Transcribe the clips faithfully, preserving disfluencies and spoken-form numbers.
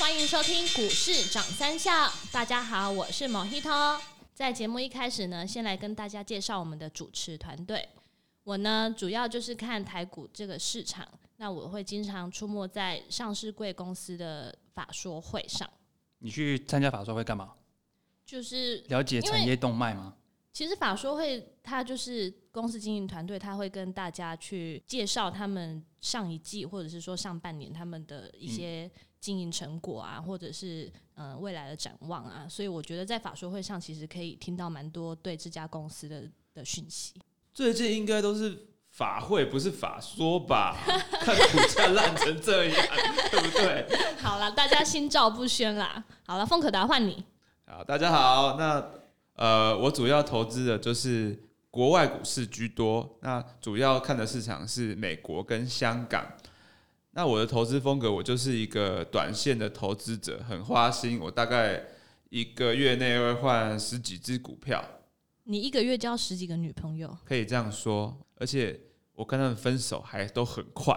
欢迎收听股市涨三笑。大家好，我是 Mojito。在节目一开始呢，先来跟大家介绍我们的主持团队。我呢，主要就是看台股这个市场，那我会经常出没在上市贵公司的法说会上。 你去参加法说会干嘛？ 就是了解产业动脉吗？ 其实法说会它就是公司经营团队，他会跟大家去介绍他们上一季或者是说上半年他们的一些经营成果啊，或者是、呃、未来的展望啊，所以我觉得在法说会上其实可以听到蛮多对这家公司 的, 的讯息。 最近应该都是法会不是法说吧？看股价烂成这样，对不对？ 好啦，大家心照不宣啦。好了，凤可达换你。 好，大家好，那呃，我主要投资的就是国外股市居多，那主要看的市场是美国跟香港。那我的投资风格，我就是一个短线的投资者，很花心，我大概一个月内会换十几只股票。 你一个月交十几个女朋友？ 可以这样说，而且我跟他们分手还都很快。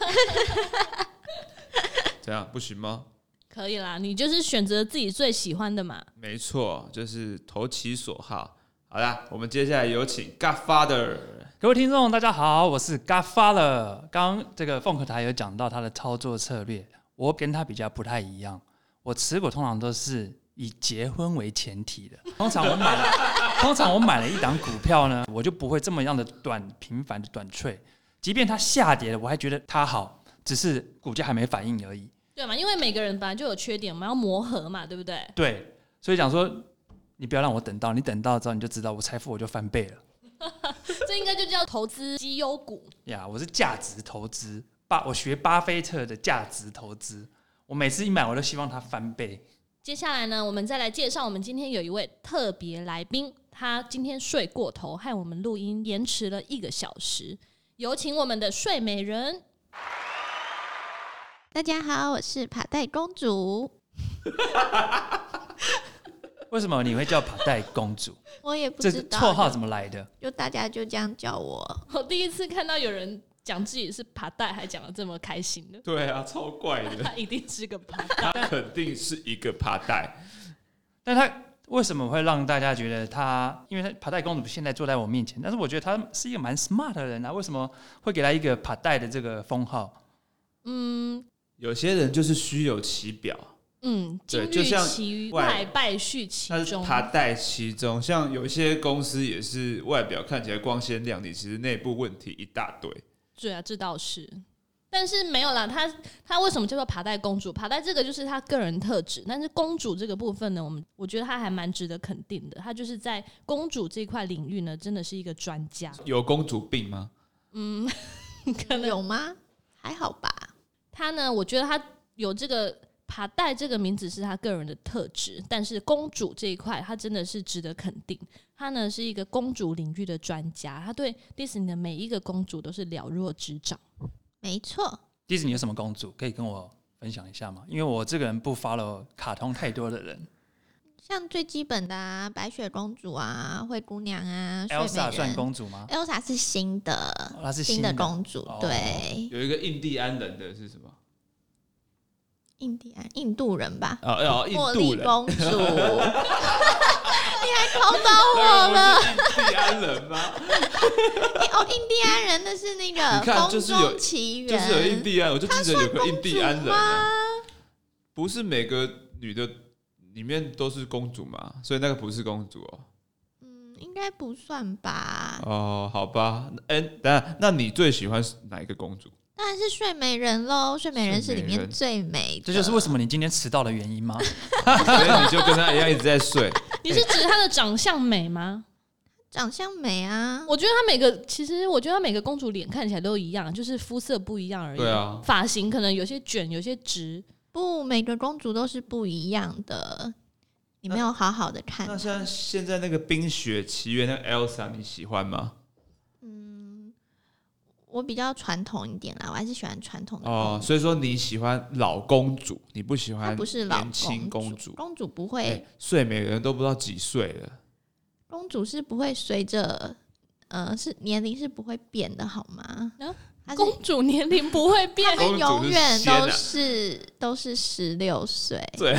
这样不行吗？ 可以啦，你就是选择自己最喜欢的嘛。 没错，就是投其所好。好啦，我们接下来有请 Godfather。 各位听众，大家好，我是 Godfather。刚刚这个凤可达有讲到他的操作策略，我跟他比较不太一样。我持股通常都是以结婚为前提的。通常我买了，通常我买了一档股票呢，我就不会这么样的短频繁的短脆。即便它下跌了，我还觉得它好，只是股价还没反应而已。 对嘛，因为每个人本来就有缺点，我们要磨合嘛，对不对？ 对，所以讲说，你不要让我等到，你等到之后你就知道我财富我就翻倍了。 这应该就叫投资绩优股呀。我是价值投资，巴我学巴菲特的价值投资，我每次一买我都希望它翻倍。 接下来呢，我们再来介绍我们今天有一位特别来宾，他今天睡过头，害我们录音延迟了一个小时。有请我们的睡美人。 大家好，我是爬袋公主。 为什么你会叫爬袋公主？ 我也不知道， 这绰号怎么来的？ 就大家就这样叫我。 我第一次看到有人讲自己是爬袋，还讲得这么开心的。 对啊，超怪的。 他一定是个爬袋， 他肯定是一个爬袋。 但他为什么会让大家觉得他？因为他爬袋公主现在坐在我面前，但是我觉得他是一个蛮 smart 的人啊。为什么会给他一个爬袋的这个封号？ 嗯， 有些人就是虚有其表。 嗯，金玉其外，败絮其中。 他带其中，像有些公司也是外表看起来光鲜亮丽，其实内部问题一大堆。 对啊，这倒是。但是没有啦，他他为什么叫做爬袋公主？爬袋这个就是他个人特质，但是公主这个部分呢，我们我觉得他还蛮值得肯定的。他就是在公主这块领域呢，真的是一个专家。 有公主病吗？ 嗯，可能有吗？还好吧。 他呢，我觉得他有这个。爬袋这个名字是他个人的特质，但是公主这一块他真的是值得肯定。他呢是一个公主领域的专家，他对迪士尼的每一个公主都是了若指掌。 没错。 迪士尼有什么公主可以跟我分享一下吗？因为我这个人不 follow 卡通太多的人。 像最基本的啊，白雪公主啊，灰姑娘啊 ，Elsa 算公主吗 ？Elsa 是新的， 哦、她是新的公主、哦。对， 有一个印第安人的是什么？ 印第安印度人吧， 哦哦，印度人， 茉莉公主，你还考到我了？ 印第安人吗？ 哦，印第安人的是那个《风中奇缘》， 就是有印第安，我就记得有个印第安人、啊。 吗？ 不是每个女的里面都是公主嘛，所以那个不是公主哦。 嗯，应该不算吧。 哦，好吧，哎、欸，等一下，那你最喜欢哪一个公主？ 当然是睡美人喽，睡美人是里面最美的。 这就是为什么你今天迟到的原因吗？ 所以你就跟她一样一直在睡。 你是指她的长相美吗？ 长相美啊， 我觉得她每个，其实我觉得她每个公主脸看起来都一样，就是肤色不一样而已。 对啊， 发型可能有些卷，有些直。 不，每个公主都是不一样的。你没有好好的看。 那像现在那个《冰雪奇缘》那个 Elsa， 你喜欢吗？ 我比较传统一点啦，我还是喜欢传统的哦，所以说你喜欢老公主，你不喜欢年轻公主。 公主不会， 欸、睡美人都不知道几岁了。 公主是不会随着，呃，是年龄是不会变的，好吗？ 啊、 她是公主年龄不会变， 她们永远公主都是是都是十六岁。 对，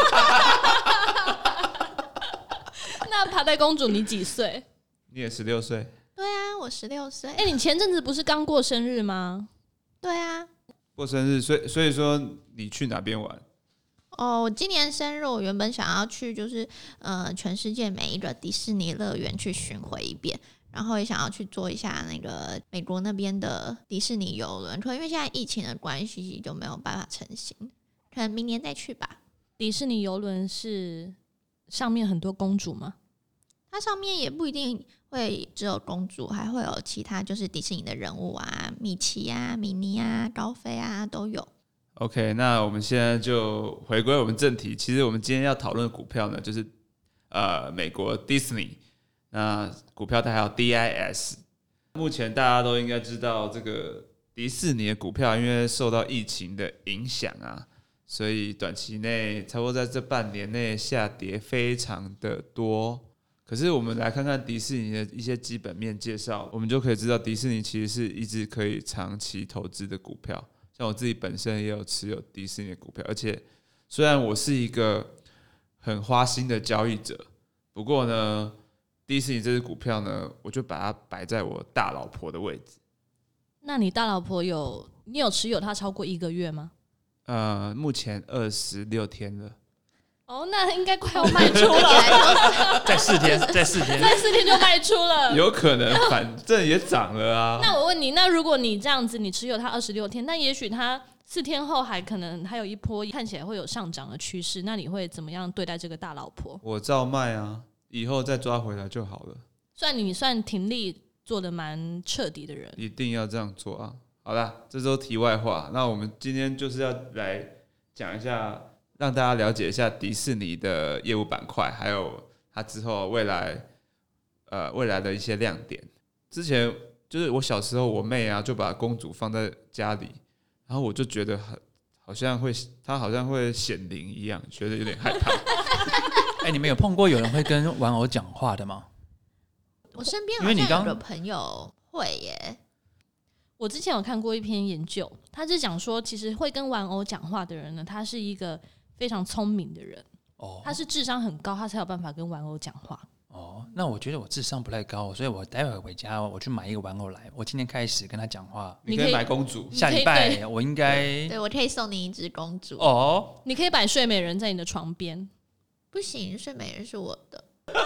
那爬带公主你几岁？ 你也十六岁， 对啊，我十六岁。 哎、你前阵子不是刚过生日吗？ 对啊， 过生日，所以所以说你去哪边玩？ 哦，我今年生日，我原本想要去就是呃全世界每一个迪士尼乐园去巡回一遍，然后也想要去做一下那个美国那边的迪士尼游轮，可因为现在疫情的关系就没有办法成行，可能明年再去吧。 迪士尼游轮是上面很多公主吗？ 它上面也不一定会只有公主，还会有其他就是迪士尼的人物啊，米奇啊、米妮啊、高飞啊都有。 OK， 那我们现在就回归我们正题。其实我们今天要讨论的股票呢，就是呃美国 Disney， 那股票它还有 D I S。目前大家都应该知道，这个迪士尼的股票因为受到疫情的影响啊，所以短期内差不多在这半年内下跌非常的多。可是我们来看看迪士尼的一些基本面介绍，我们就可以知道迪士尼其实是一直可以长期投资的股票。像我自己本身也有持有迪士尼的股票，而且虽然我是一个很花心的交易者，不过呢，迪士尼这只股票呢，我就把它摆在我大老婆的位置。 那你大老婆有你有持有它超过一个月吗？ 呃，目前二十六天了。 哦，那应该快要卖出了， 再四天，再四天， 再四天就卖出了。 有可能，反正也涨了啊。 那我问你，那如果你这样子，你持有它二十六天，那也许它四天后还可能还有一波看起来会有上涨的趋势，那你会怎么样对待这个大老婆？ 我照卖啊，以后再抓回来就好了。 算你算停利做的蛮彻底的人， 一定要这样做啊！好啦，这都题外话。那我们今天就是要来讲一下，让大家了解一下迪士尼的业务板块，还有它之后未来呃未来的一些亮点。之前就是我小时候，我妹啊就把公主放在家里，然后我就觉得很好像会，她好像会显灵一样，觉得有点害怕。 哎、欸，你们有碰过有人会跟玩偶讲话的吗？ 我身边因为你刚好像有个朋友会耶。 我之前有看过一篇研究，他是讲说，其实会跟玩偶讲话的人呢，他是一个非常聪明的人， 哦， 他是智商很高，他才有办法跟玩偶讲话。 哦，那我觉得我智商不太高，所以我待会回家我去买一个玩偶来，我今天开始跟他讲话。 你可以买公主， 下礼拜我应该对我可以送你一只公主哦。 你可以摆睡美人在你的床边。 不行，睡美人是我的。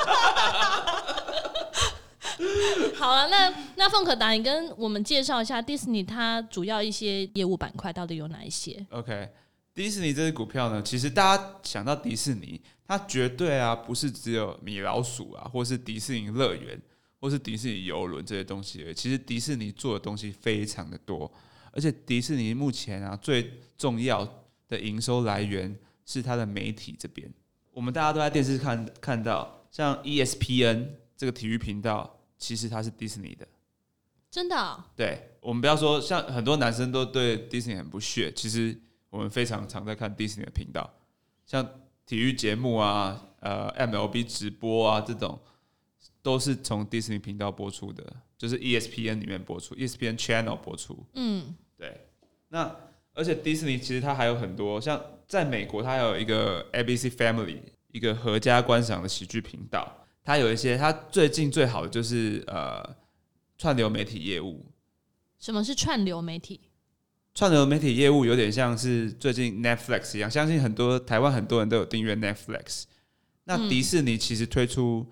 好了，那那凤可达，你跟我们介绍一下迪士尼它主要一些业务板块到底有哪一些 ？OK， 迪士尼这只股票呢，其实大家想到迪士尼，它绝对啊不是只有米老鼠啊，或是迪士尼乐园，或是迪士尼游轮这些东西而已。其实迪士尼做的东西非常的多，而且迪士尼目前啊最重要的营收来源是它的媒体这边。我们大家都在电视看看到，像 E S P N 这个体育频道。其实它是迪士尼的， 真的、哦？ 对，我们不要说像很多男生都对迪士尼很不屑，其实我们非常常在看迪士尼的频道，像体育节目啊、呃 M L B 直播啊这种，都是从迪士尼频道播出的，就是 E S P N 里面播出 ，E S P N Channel 播出。 嗯， 对。那而且迪士尼其实它还有很多，像在美国它还有一个 A B C Family， 一个合家观赏的喜剧频道。它有一些，它最近最好的就是呃串流媒体业务。 什么是串流媒体？ 串流媒体业务有点像是最近 Netflix 一样，相信很多台湾很多人都有订阅 Netflix。那迪士尼其实推出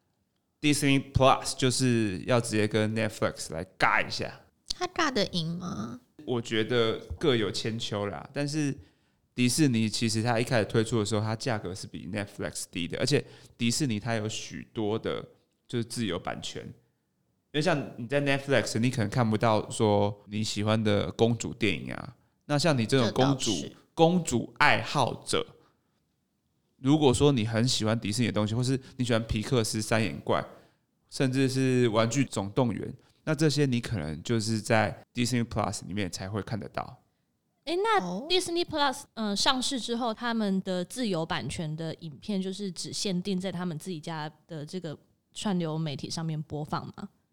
Disney Plus， 就是要直接跟 Netflix 来尬一下。 他尬得赢吗？ 我觉得各有千秋啦，但是迪士尼其实它一开始推出的时候，它价格是比 Netflix 低的，而且迪士尼它有许多的就是自由版权，因为像你在 Netflix 你可能看不到说你喜欢的公主电影啊，那像你这种公主公主爱好者，如果说你很喜欢迪士尼的东西，或是你喜欢皮克斯三眼怪，甚至是玩具总动员，那这些你可能就是在 Disney Plus 里面才会看得到。 哎，那 Disney Plus 嗯、呃、上市之后，他们的自有版权的影片就是只限定在他们自己家的这个串流媒体上面播放吗？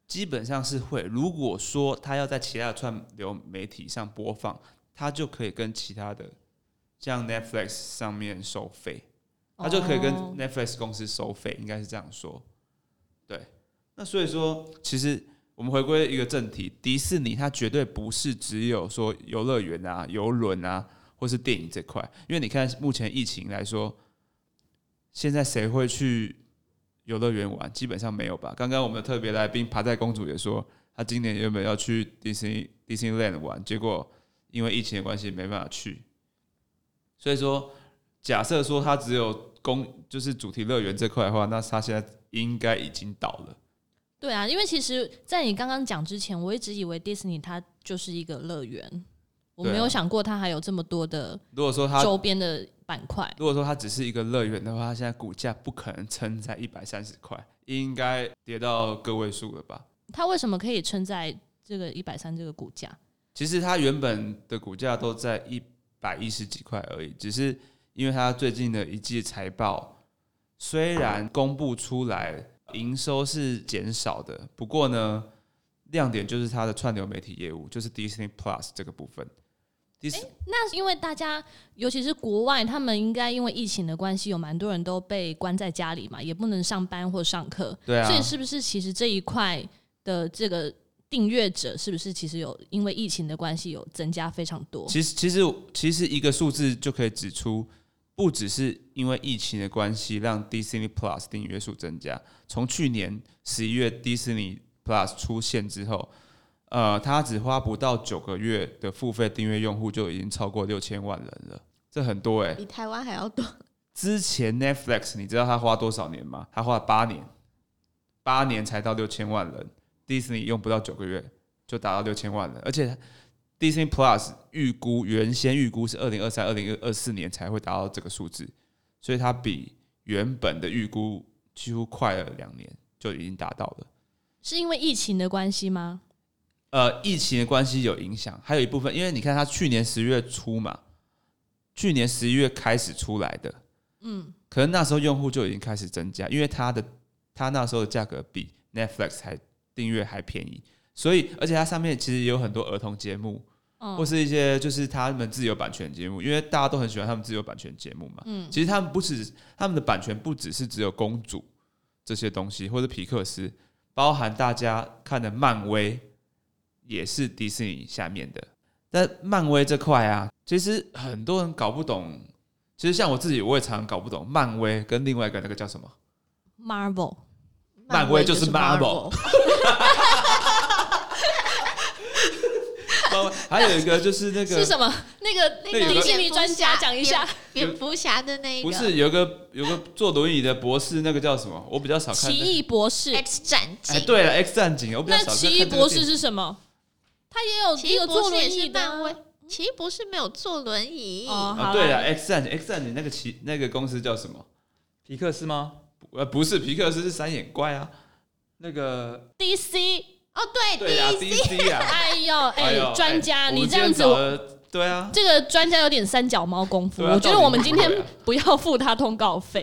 基本上是会。如果说他要在其他的串流媒体上播放，他就可以跟其他的像 Netflix 上面收费，他就可以跟 Netflix 公司收费，应该是这样说。对，那所以说，其实我们回归一个正题，迪士尼它绝对不是只有说游乐园啊、游轮啊，或是电影这块。因为你看目前疫情来说，现在谁会去游乐园玩？基本上没有吧。刚刚我们的特别来宾爬在公主也说，她今年原本要去迪士尼 Disneyland 玩，结果因为疫情的关系没办法去。所以说，假设说它只有公就是主题乐园这块的话，那它现在应该已经倒了。 对啊，因为其实，在你刚刚讲之前，我一直以为迪士尼它就是一个乐园，我没有想过它还有这么多的如果说它周边的板块。 如果说它只是一个乐园的话，它现在股价不可能撑在一百三十块，应该跌到个位数了吧？ 它为什么可以撑在这个一百三这个股价？ 其实它原本的股价都在一百一十几块而已，只是因为它最近的一季财报虽然公布出来，营收是减少的，不过呢，亮点就是它的串流媒体业务，就是 Disney Plus 这个部分。 欸、那因为大家，尤其是国外，他们应该因为疫情的关系，有蛮多人都被关在家里嘛，也不能上班或上课。 对啊， 所以是不是其实这一块的这个订阅者，是不是其实有因为疫情的关系有增加非常多？ 其实其实其实一个数字就可以指出。不只是因为疫情的关系让 Disney Plus 订阅数增加，从去年十一月 Disney Plus 出现之后，呃，它只花不到九个月的付费订阅用户就已经超过六千万人了，这很多哎、欸， 比台湾还要多。 之前 Netflix 你知道它花多少年吗？它花了八年，八年才到六千万人 ，Disney 用不到九个月就达到六千万人，而且。Disney Plus 预估原先预估是二零二三、二零二四年才会达到这个数字，所以它比原本的预估几乎快了两年就已经达到了。 是因为疫情的关系吗？ 呃，疫情的关系有影响，还有一部分，因为你看它去年十月初嘛，去年十一月开始出来的，嗯，可能那时候用户就已经开始增加，因为它的它那时候的价格比 Netflix 还订阅还便宜，所以而且它上面其实也有很多儿童节目。或是一些就是他们自有版权节目，因为大家都很喜欢他们自有版权节目嘛。嗯，其实他们不只他们的版权不只是只有公主这些东西，或者皮克斯，包含大家看的漫威也是迪士尼下面的。但漫威这块啊，其实很多人搞不懂。其实像我自己，我也常常搞不懂漫威跟另外一个那个叫什么 Marvel， 漫威就是 Marvel。还有一个就是那个是什么？那个那个迪士尼专家讲一下， 蝙蝠侠的那个不是有个有个坐轮椅的博士，那个叫什么？我比较少看。 奇异博士 X 战警。 哎，对了 ，X 战警，我比较少看。 那奇异博士是什么？他也有奇异博士也是漫威。奇异博士没有坐轮椅。 哦， 啊，对了 ，X 战警 ，X 战警那个奇那个公司叫什么？ 皮克斯吗？ 呃，不是，皮克斯是三眼怪啊。那个 D C。 哦，对， 对啊 ，D C 啊， 哎呦，哎，专家，你这样子， 对啊， 这个专家有点三脚猫功夫，我觉得我们今天不要付他通告费。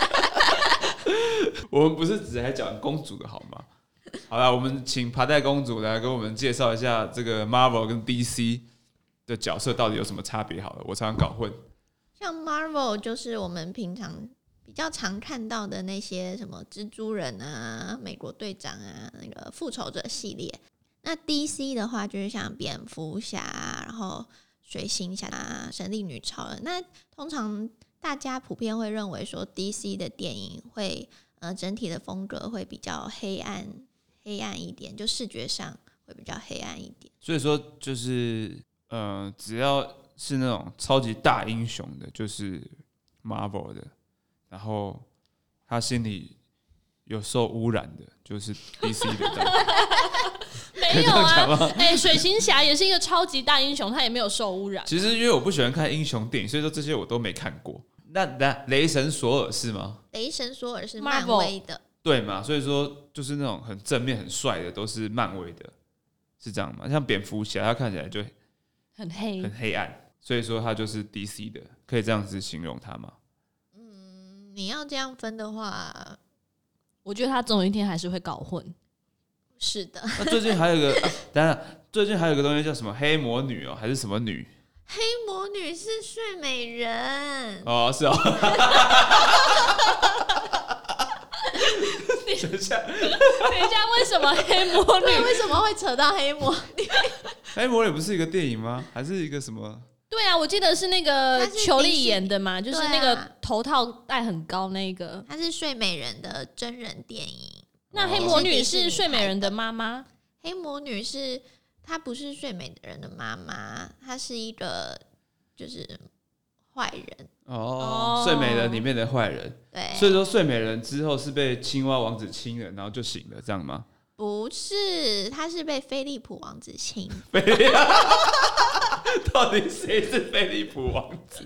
我们不是只来讲公主的好吗？好了，我们请爬带公主来跟我们介绍一下这个 Marvel 跟 D C 的角色到底有什么差别。好了，我常常搞混。 像 Marvel 就是我们平常比较常看到的那些什么蜘蛛人啊、美国队长啊、那个复仇者系列。那 D C 的话，就是像蝙蝠侠，然后水行侠啊、神力女超人。那通常大家普遍会认为说 D C 的电影会呃整体的风格会比较黑暗、黑暗一点，就视觉上会比较黑暗一点。 所以说就是呃，只要是那种超级大英雄的，就是 Marvel 的。然后他心里有受污染的，就是 D C 的。 没有啊，哎、欸，水行侠也是一个超级大英雄，他也没有受污染。 其实因为我不喜欢看英雄电影，所以说这些我都没看过。那那雷神索尔是吗？ 雷神索尔是漫威的， 对嘛？所以说就是那种很正面、很帅的都是漫威的，是这样吗？像蝙蝠侠，他看起来就很黑、 很黑暗，所以说他就是 D C 的，可以这样子形容他吗？ 你要这样分的话， 我觉得他总有一天还是会搞混。 是的。 那最近还有一个，啊、等等，最近还有一个东西叫什么黑魔女哦，还是什么女？ 黑魔女是睡美人哦，是哦。等一下， 等一下，为什么黑魔女？ 为什么会扯到黑魔女？ 黑魔女不是一个电影吗？还是一个什么？ 对啊，我记得是那个裘丽演的嘛， 是就是那个头套戴很高那个。 它是睡美人的真人电影。 那黑魔女是睡美人的妈妈？ 黑魔女是她不是睡美人的妈妈，她是一个就是坏人。 哦，睡美人里面的坏人。 对， 所以说睡美人之后是被青蛙王子亲了，然后就醒了，这样吗？ 不是，他是被菲利普王子亲。 到底谁是菲利普王子？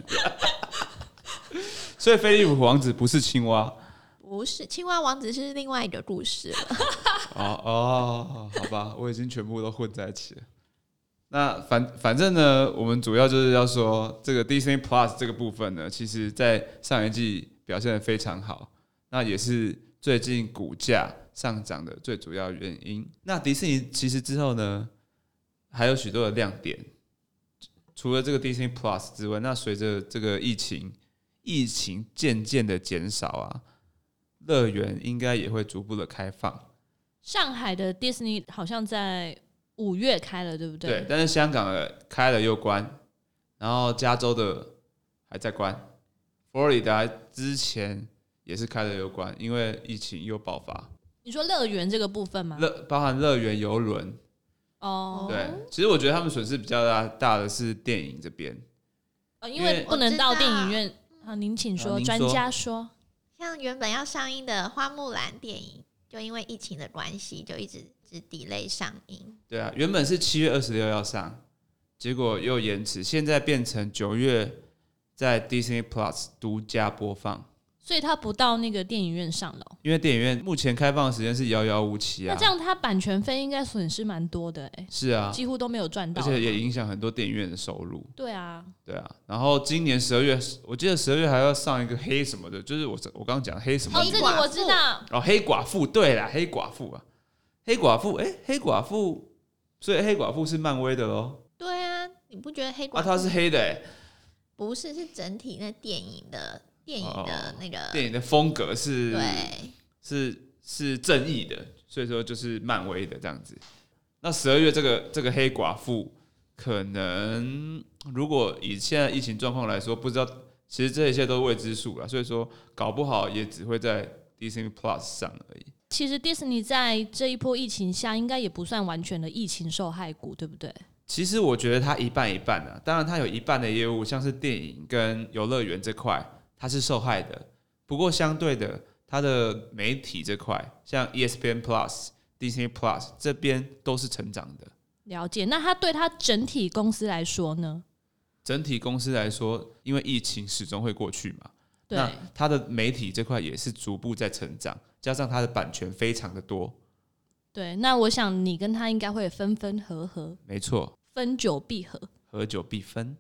所以菲利普王子不是青蛙， 不是青蛙王子是另外一个故事了。 哦哦，好吧，我已经全部都混在一起了。那反反正呢，我们主要就是要说这个 Disney Plus 这个部分呢，其实在上一季表现得非常好，那也是最近股价上涨的最主要原因。那迪士尼其实之后呢，还有许多的亮点，除了这个 Disney Plus 之外，那随着这个疫情疫情渐渐的减少啊，乐园应该也会逐步的开放。 上海的 Disney 好像在五月开了，对不对？ 对，但是香港的开了又关，然后加州的还在关，佛罗里达之前也是开了又关，因为疫情又爆发。 你说乐园这个部分吗？ 乐包含乐园、邮轮。 哦， 对，其实我觉得他们损失比较大大的是电影这边， 呃，因为不能到电影院啊。您请说， 啊您专说家说。 像原本要上映的花木兰电影，就因为疫情的关系，就一直只 delay 上映。 对啊，原本是七月二十六要上，结果又延迟，现在变成九月在 Disney Plus 独家播放。 所以它不到那个电影院上了哦、 因为电影院目前开放的时间是遥遥无期啊。 那这样它版权费应该损失蛮多的哎、 是啊， 几乎都没有赚到， 而且也影响很多电影院的收入。 对啊， 对啊，然后今年十二月，我记得十二月还要上一个黑什么的，就是我我刚刚讲黑什么哦， 女这个我知道， 哦，黑寡妇，对啦，黑寡妇啊，黑寡妇，哎、欸，黑寡妇，所以黑寡妇是漫威的咯。 对啊，你不觉得黑寡妇？ 啊，它是黑的哎、欸， 不是，是整体那电影的电影的那个、 哦、电影的风格是， 对， 是是正义的，所以说就是漫威的这样子。那十二月这个这个黑寡妇，可能如果以现在疫情状况来说，不知道，其实这一切都是未知数啦，所以说搞不好也只会在 Disney Plus 上而已。 其实迪士尼在这一波疫情下，应该也不算完全的疫情受害股，对不对？ 其实我觉得它一半一半啊，当然它有一半的业务，像是电影跟游乐园这块，它是受害的。不过相对的，它的媒体这块，像 E S P N Plus、Disney Plus 这边都是成长的。 了解。那它对它整体公司来说呢？ 整体公司来说，因为疫情始终会过去嘛， 对， 那它的媒体这块也是逐步在成长，加上它的版权非常的多。 对，那我想你跟他应该会分分合合， 没错， 分久必合。 合久必分。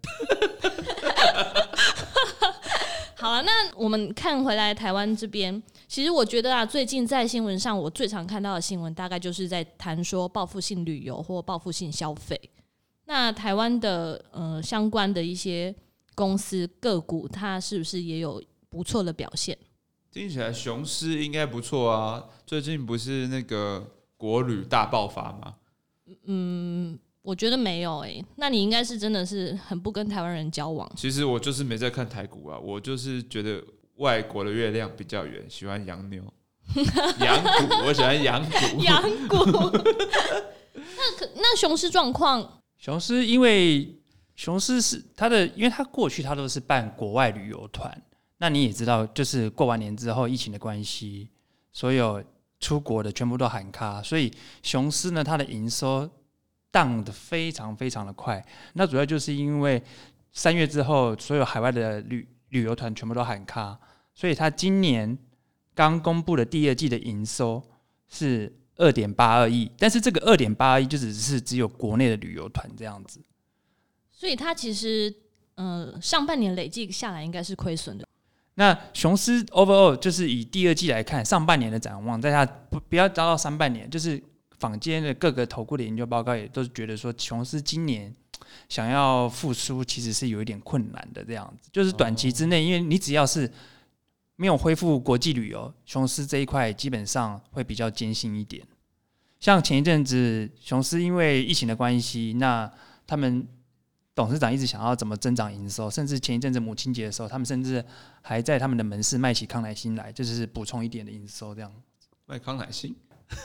好了，那我们看回来台湾这边，其实我觉得啊，最近在新闻上我最常看到的新闻，大概就是在谈说报复性旅游或报复性消费。那台湾的呃相关的一些公司个股，它是不是也有不错的表现？ 听起来雄狮应该不错啊，最近不是那个国旅大爆发吗？ 嗯，我觉得没有诶、欸。那你应该是真的是很不跟台湾人交往。 其实我就是没在看台股啊，我就是觉得外国的月亮比较圆，喜欢洋妞、洋股，我喜欢洋股。 洋股。那可那雄狮状况， 雄狮因为雄狮是它的，因为它过去它都是办国外旅游团，那你也知道，就是过完年之后疫情的关系，所有出国的全部都喊卡，所以雄狮呢，它的营收荡得非常非常的快。那主要就是因为三月之后，所有海外的旅旅游团全部都喊卡，所以它今年刚公布的第二季的营收是二点八二亿，但是这个二点八二亿就只是只有国内的旅游团这样子。 所以它其实呃上半年累计下来应该是亏损的。 那雄狮 overall 就是以第二季来看，上半年的展望，在它不不要达到上半年，就是坊间的各个投顾的研究报告也都是觉得说，琼斯今年想要复苏其实是有一点困难的，这样子就是短期之内，因为你只要是没有恢复国际旅游，琼斯这一块基本上会比较艰辛一点。像前一阵子琼斯因为疫情的关系，那他们董事长一直想要怎么增长营收，甚至前一阵子母亲节的时候，他们甚至还在他们的门市卖起康乃馨来，就是补充一点的营收，这样。 卖康乃馨，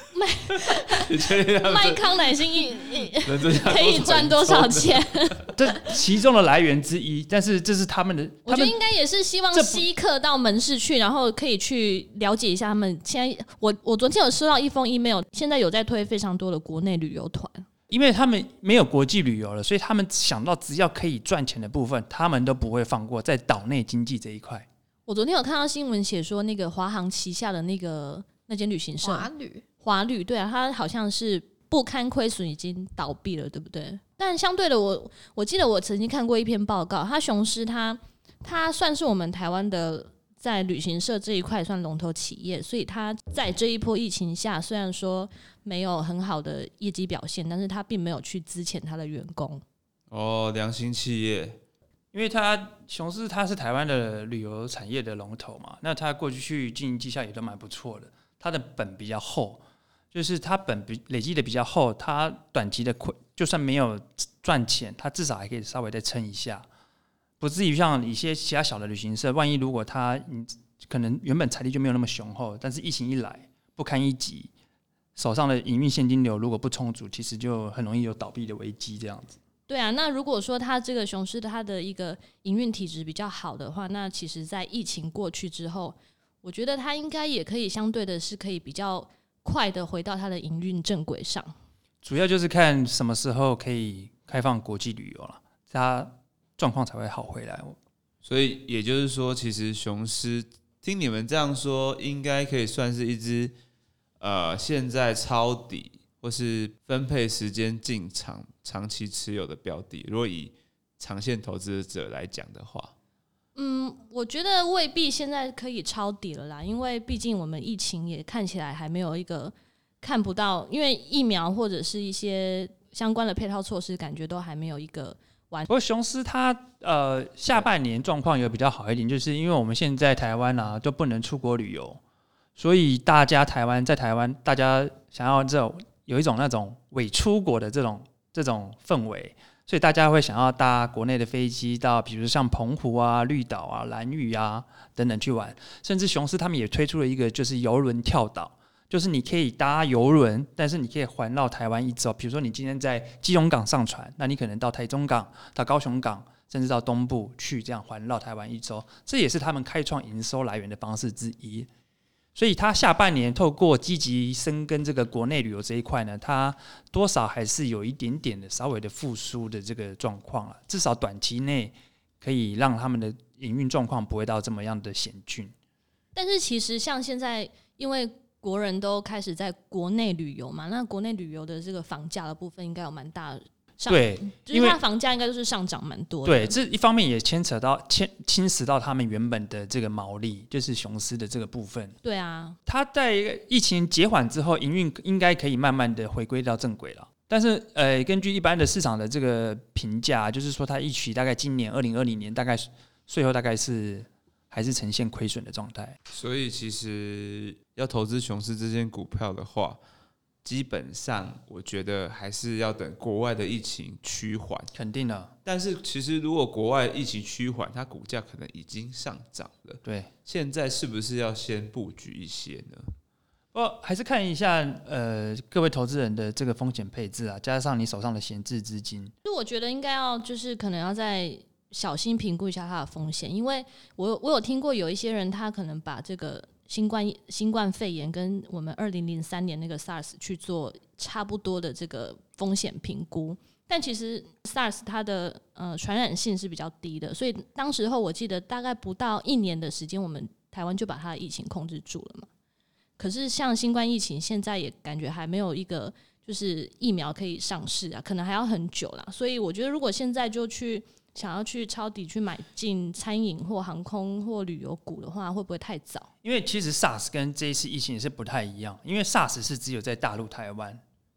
卖卖康乃馨一可以赚多少钱？ 这其中的来源之一，但是这是他们的， 我觉得应该也是希望吸客到门市去，然后可以去了解一下他们现在。我我昨天有收到一封 email， 现在有在推非常多的国内旅游团。 因为他们没有国际旅游了，所以他们想到只要可以赚钱的部分，他们都不会放过在岛内经济这一块。 我昨天有看到新闻写说，那个华航旗下的那个那间旅行社华旅， 华旅对啊，它好像是不堪亏损，已经倒闭了，对不对？但相对的我，我我记得我曾经看过一篇报告，它雄狮它它算是我们台湾的在旅行社这一块算龙头企业，所以它在这一波疫情下，虽然说没有很好的业绩表现，但是它并没有去资遣它的员工。 哦，良心企业。 因为它雄狮它是台湾的旅游产业的龙头嘛，那它过去经营绩效也都蛮不错的。它的本比较厚，就是它本累积的比较厚，它短期的亏就算没有赚钱，它至少还可以稍微再撑一下，不至于像一些其他小的旅行社，万一如果它可能原本财力就没有那么雄厚，但是疫情一来不堪一击，手上的营运现金流如果不充足，其实就很容易有倒闭的危机这样子。 对啊，那如果说它这个雄狮它的一个营运体质比较好的话，那其实在疫情过去之后，我觉得它应该也可以相对的是可以比较快的回到它的营运正轨上。 主要就是看什么时候可以开放国际旅游了，它状况才会好回来。 所以也就是说，其实雄狮听你们这样说，应该可以算是一只呃现在抄底或是分配时间进场长期持有的标的。如果以长线投资者来讲的话， 嗯，我觉得未必现在可以抄底了啦，因为毕竟我们疫情也看起来还没有一个看不到，因为疫苗或者是一些相关的配套措施，感觉都还没有一个完。 不过雄狮它呃下半年状况有比较好一点，就是因为我们现在台湾啊都不能出国旅游，所以大家台湾在台湾，大家想要这种有一种那种伪出国的这种这种氛围。所以大家会想要搭国内的飞机到，比如像澎湖啊、绿岛啊、兰屿啊等等去玩，甚至雄狮他们也推出了一个就是邮轮跳岛，就是你可以搭邮轮，但是你可以环绕台湾一周。比如说你今天在基隆港上船，那你可能到台中港、到高雄港，甚至到东部去，这样环绕台湾一周，这也是他们开创营收来源的方式之一。所以他下半年透过积极深耕这个国内旅游这一块呢，他多少还是有一点点的稍微的复苏的这个状况了，至少短期内可以让他们的营运状况不会到这么样的险峻。 但是其实像现在，因为国人都开始在国内旅游嘛，那国内旅游的这个房价的部分应该有蛮大的。 对， 就是它房价应该就是上涨蛮多的。 对，这一方面也牵扯到牵侵蚀到他们原本的这个毛利，就是雄狮的这个部分。 对啊， 它在疫情减缓之后，营运应该可以慢慢的回归到正轨了。但是，呃，根据一般的市场的这个评价，就是说它预期大概今年二零二零年大概税后大概是还是呈现亏损的状态。 所以其实要投资雄狮这间股票的话，基本上我觉得还是要等国外的疫情趋缓， 肯定的。 但是其实如果国外疫情趋缓，它股价可能已经上涨了。 对， 现在是不是要先布局一些呢？ 哦，还是看一下呃各位投资人的这个风险配置啊，加上你手上的闲置资金。 就我觉得应该要就是可能要再小心评估一下它的风险，因为我我有听过有一些人他可能把这个新冠新冠肺炎跟我们二零零三年那个 SARS 去做差不多的这个风险评估，但其实 SARS 它的呃传染性是比较低的，所以当时候我记得大概不到一年的时间，我们台湾就把它的疫情控制住了嘛。可是像新冠疫情现在也感觉还没有一个就是疫苗可以上市啊，可能还要很久啦。所以我觉得如果现在就去想要去抄底去买进餐饮或航空或旅游股的话，会不会太早？ 因为其实 SARS 跟这一次疫情也是不太一样，因为 SARS 是只有在大陆台湾，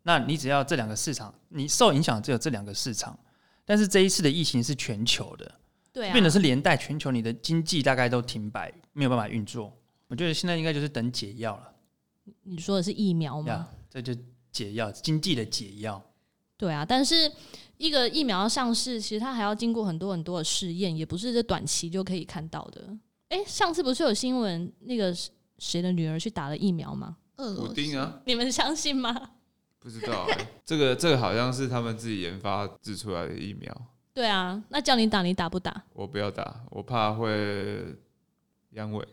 那你只要这两个市场，你受影响只有这两个市场，但是这一次的疫情是全球的， 对啊， 变得是连带全球，你的经济大概都停摆，没有办法运作。我觉得现在应该就是等解药了。 你说的是疫苗吗？ 这就解药，经济的解药。 对啊，但是一个疫苗要上市，其实它还要经过很多很多的试验，也不是这短期就可以看到的。哎，上次不是有新闻，那个谁的女儿去打了疫苗吗？ 普丁啊， 你们相信吗？ 不知道、欸，这个这个好像是他们自己研发制出来的疫苗。 对啊，那叫你打，你打不打？ 我不要打，我怕会阳痿。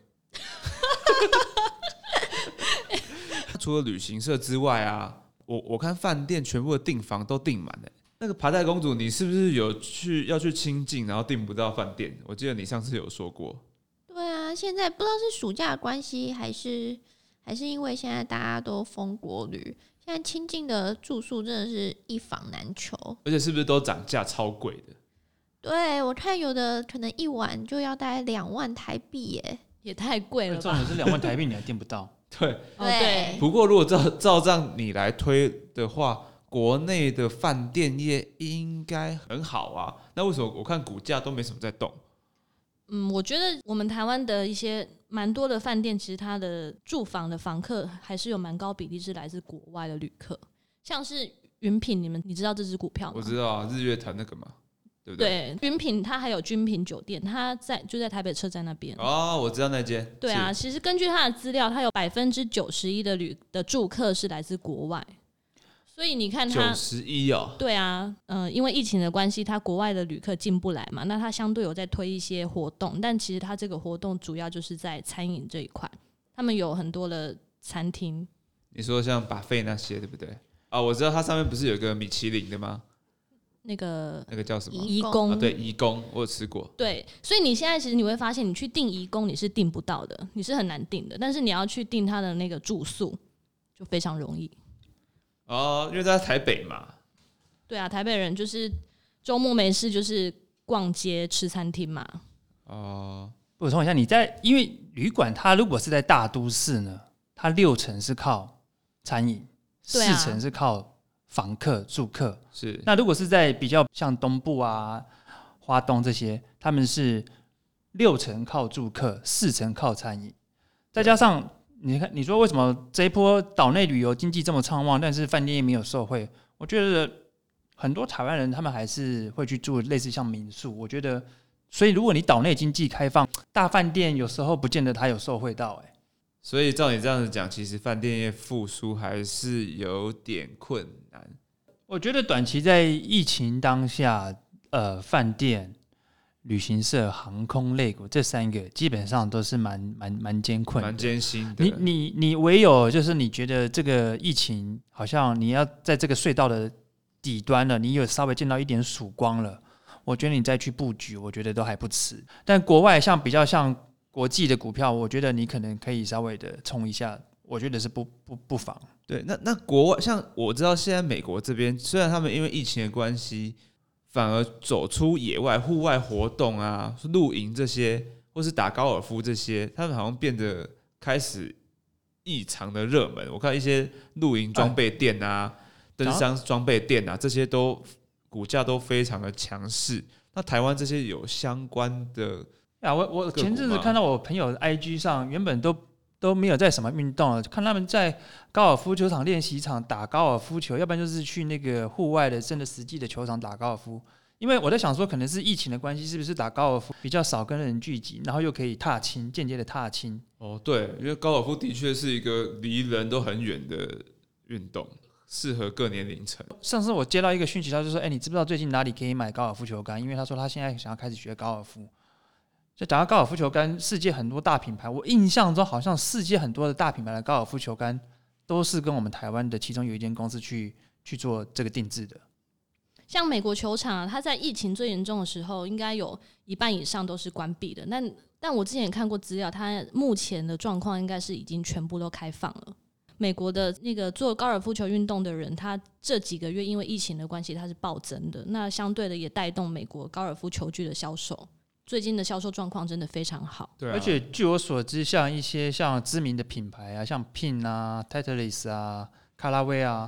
除了旅行社之外啊，我我看饭店全部的订房都订满了。那个爬带公主，你是不是有去要去清境，然后订不到饭店？我记得你上次有说过。 对啊，现在不知道是暑假的关系，还是还是因为现在大家都封国旅，现在清境的住宿真的是一房难求， 而且是不是都涨价超贵的？ 对，我看有的可能一晚就要大概两万台币耶， 也太贵了吧？ 重点是两万台币你还订不到。 对， 哦对， 不过如果照照这样你来推的话，国内的饭店业应该很好啊。那为什么我看股价都没什么在动？ 嗯，我觉得我们台湾的一些蛮多的饭店，其实它的住房的房客还是有蛮高比例是来自国外的旅客，像是云品，你们你知道这支股票吗？ 我知道啊，日月潭那个嘛，对不对？ 对，云品它还有君品酒店，它在就在台北车站那边。 哦，我知道那间。 对啊，其实根据它的资料，它有百分之九十一的旅的住客是来自国外，所以你看它九十一哦。 对啊，嗯、呃，因为疫情的关系，它国外的旅客进不来嘛，那它相对有在推一些活动，但其实它这个活动主要就是在餐饮这一块，他们有很多的餐厅。 你说像buffet那些对不对？啊，我知道它上面不是有个米其林的吗？ 那个那个叫什么？ 移工、 啊，对，移工，我有吃过。 对，所以你现在其实你会发现，你去订移工你是订不到的，你是很难订的，但是你要去订他的那个住宿，就非常容易。 哦，因为在台北嘛。 对啊，台北人就是周末没事就是逛街吃餐厅嘛。 哦， 补充一下，你在因为旅馆它如果是在大都市呢，它六成是靠餐饮，四、 啊、 成是靠访客住客。 是。 那如果是在比较像东部啊、花东这些，他们是六成靠住客，四成靠餐饮，再加上你看，你说为什么这一波岛内旅游经济这么畅旺，但是饭店业没有受惠？我觉得很多台湾人他们还是会去住类似像民宿。我觉得，所以如果你岛内经济开放，大饭店有时候不见得它有受惠到、欸。 所以照你这样子讲，其实饭店业复苏还是有点困难。 我觉得短期在疫情当下，呃，饭店、旅行社、航空类股这三个基本上都是蛮蛮蛮艰困的， 蛮艰辛的。 你你你唯有就是你觉得这个疫情好像你要在这个隧道的底端了，你有稍微见到一点曙光了，我觉得你再去布局，我觉得都还不迟。但国外像比较像国际的股票，我觉得你可能可以稍微的冲一下，我觉得是不不不妨。 对，那那国外像我知道现在美国这边，虽然他们因为疫情的关系，反而走出野外户外活动啊、露营这些，或是打高尔夫这些，他们好像变得开始异常的热门。我看一些露营装备店啊、登山装备店啊，这些都股价都非常的强势。那台湾这些有相关的啊，我我前阵子看到我朋友的 I G 上，原本都都没有在什么运动了，看他们在高尔夫球场练习场打高尔夫球，要不然就是去那个户外的真的实际的球场打高尔夫。因为我在想说，可能是疫情的关系，是不是打高尔夫比较少跟人聚集，然后又可以踏青，间接的踏青。 哦，对，因为高尔夫的确是一个离人都很远的运动，适合各年龄层。 上次我接到一个讯息，他就说：“哎、欸，你知不知道最近哪里可以买高尔夫球杆？”因为他说他现在想要开始学高尔夫。就讲到高尔夫球杆，世界很多大品牌，我印象中好像世界很多的大品牌的高尔夫球杆都是跟我们台湾的其中有一间公司去去做这个定制的。 像美国球场啊，它在疫情最严重的时候，应该有一半以上都是关闭的。但但我之前也看过资料，它目前的状况应该是已经全部都开放了。美国的那个做高尔夫球运动的人，他这几个月因为疫情的关系，它是暴增的。那相对的也带动美国高尔夫球具的销售。最近的销售状况真的非常好， 对、啊，而且据我所知，像一些像知名的品牌啊，像 Pin 啊、Titleist 啊、卡拉威啊，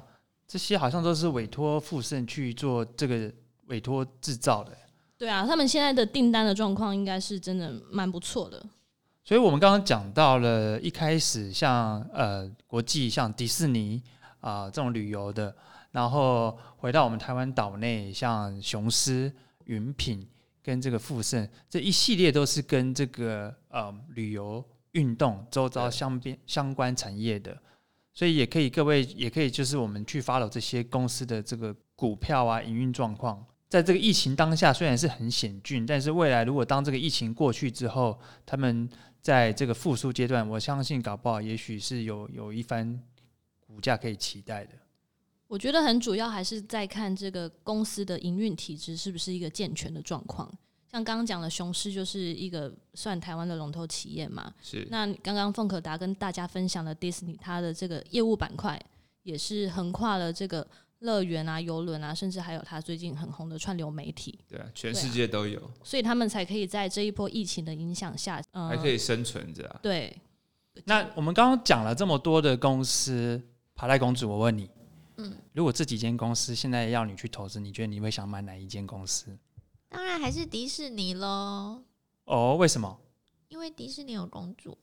这些好像都是委托富盛去做这个委托制造的。 对啊，他们现在的订单的状况应该是真的蛮不错的。 所以我们刚刚讲到了一开始像呃国际像迪士尼啊、呃、这种旅游的，然后回到我们台湾岛内，像雄狮、云品跟这个富盛这一系列都是跟这个呃旅游、运动周遭相边相关产业的，所以也可以各位也可以就是我们去 follow 这些公司的这个股票啊、营运状况。在这个疫情当下虽然是很险峻，但是未来如果当这个疫情过去之后，他们在这个复苏阶段，我相信搞不好也许是有有一番股价可以期待的。 我觉得很主要还是在看这个公司的营运体制是不是一个健全的状况。像刚刚讲的雄狮就是一个算台湾的龙头企业嘛， 是。 那刚刚凤可达跟大家分享的 Disney 它的这个业务板块也是横跨了这个乐园啊、邮轮啊，甚至还有它最近很红的串流媒体。 对啊，全世界都有， 所以他们才可以在这一波疫情的影响下、呃、 还可以生存着、啊。 对。 那我们刚刚讲了这么多的公司，爬带公主，我问你，嗯，如果这几间公司现在要你去投资，你觉得你会想买哪一间公司？ 当然还是迪士尼咯。 哦，为什么？ 因为迪士尼有公主。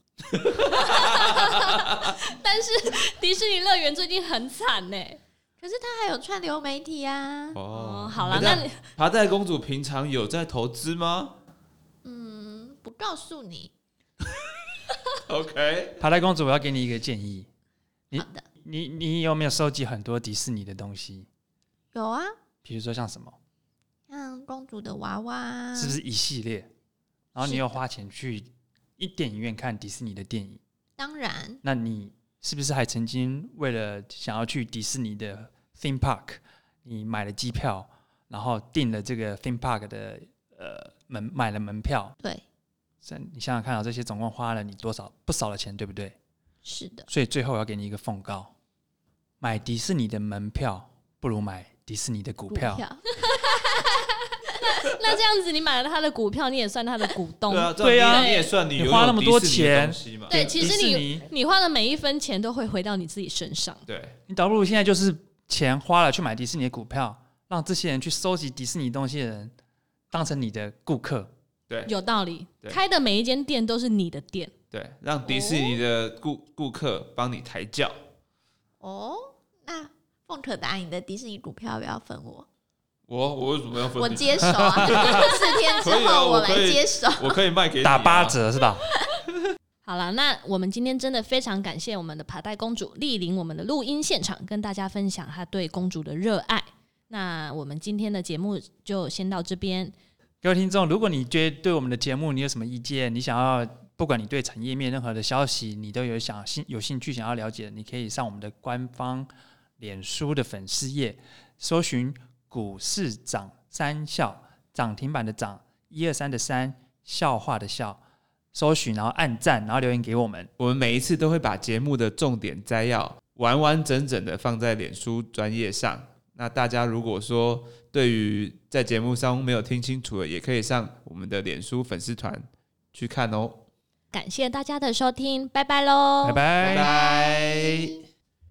但是迪士尼乐园最近很惨呢。 可是它还有串流媒体啊。 哦， 好了，那爬带公主平常有在投资吗？ 嗯，不告诉你。 OK， 爬带公主，我要给你一个建议。你好的。 你你有没有收集很多迪士尼的东西？ 有啊。 比如说像什么？ 像公主的娃娃。 是不是一系列？然后你又花钱去一电影院看迪士尼的电影？ 当然。 那你是不是还曾经为了想要去迪士尼的 theme park， 你买了机票，然后订了这个 theme park 的呃门买了门票？ 对。 你想想看啊，这些总共花了你多少不少的钱，对不对？ 是的。 所以最后我要给你一个奉告：买迪士尼的门票不如买迪士尼的股票。 股票那这样子，你买了他的股票，你也算他的股东。 对啊， 对啊， 你也算你你花那么多钱， 对，其实你你你花的每一分钱都会回到你自己身上。 对， 你倒不如现在就是钱花了去买迪士尼的股票，让这些人去收集迪士尼东西的人当成你的顾客。 对， 有道理。开的每一间店都是你的店。 对，让迪士尼的顾顾客帮你抬轿。 哦，那凤可达，你的迪士尼股票要不要分我？ 我我为什么要分？ 我接手啊！四天之后我来接手， 我可以卖给你、啊、 打八折是吧？ 好了，那我们今天真的非常感谢我们的爬带公主莅临我们的录音现场，跟大家分享她对公主的热爱。那我们今天的节目就先到这边。 各位听众，如果你觉得对我们的节目你有什么意见，你想要不管你对产业面任何的消息你都有想有兴趣想要了解，你可以上我们的官方脸书的粉丝页，搜寻股市涨三笑，涨停板的涨，一二三的三，笑话的笑，搜寻然后按赞，然后留言给我们。 我们每一次都会把节目的重点摘要完完整整的放在脸书专页上。那大家如果说对于在节目上没有听清楚的，也可以上我们的脸书粉丝团去看哦。 感谢大家的收听，拜拜喽， 拜拜。 拜拜。